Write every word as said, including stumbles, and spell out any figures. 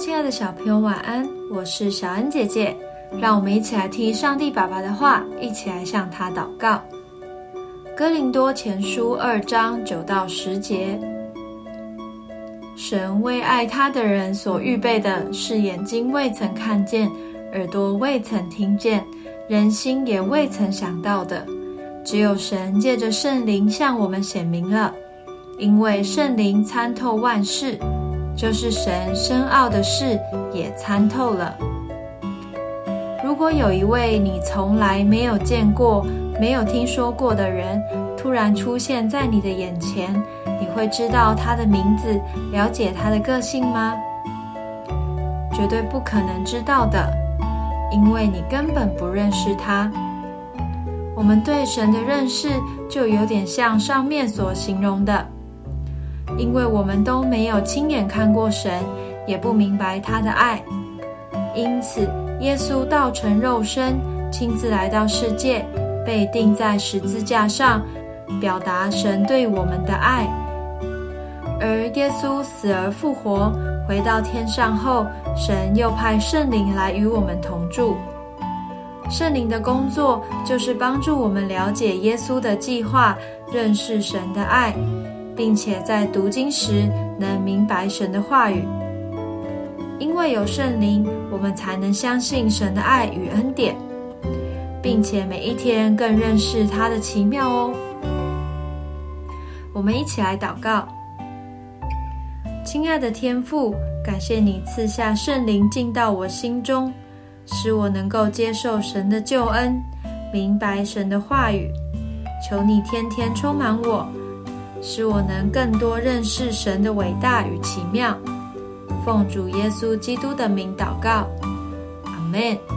亲爱的小朋友晚安，我是小恩姐姐，让我们一起来听上帝爸爸的话，一起来向他祷告。哥林多前书二章九到十节，神为爱他的人所预备的是眼睛未曾看见，耳朵未曾听见，人心也未曾想到的，只有神借着圣灵向我们显明了。因为圣灵参透万事，就是神深奥的事也参透了。如果有一位你从来没有见过、没有听说过的人突然出现在你的眼前，你会知道他的名字，了解他的个性吗？绝对不可能知道的，因为你根本不认识他。我们对神的认识就有点像上面所形容的，因为我们都没有亲眼看过神，也不明白他的爱，因此耶稣道成肉身，亲自来到世界，被钉在十字架上，表达神对我们的爱。而耶稣死而复活，回到天上后，神又派圣灵来与我们同住。圣灵的工作就是帮助我们了解耶稣的计划，认识神的爱，并且在读经时能明白神的话语。因为有圣灵，我们才能相信神的爱与恩典，并且每一天更认识他的奇妙哦。我们一起来祷告。亲爱的天父，感谢你赐下圣灵进到我心中，使我能够接受神的救恩，明白神的话语。求你天天充满我，使我能更多认识神的伟大与奇妙。奉主耶稣基督的名祷告，阿们。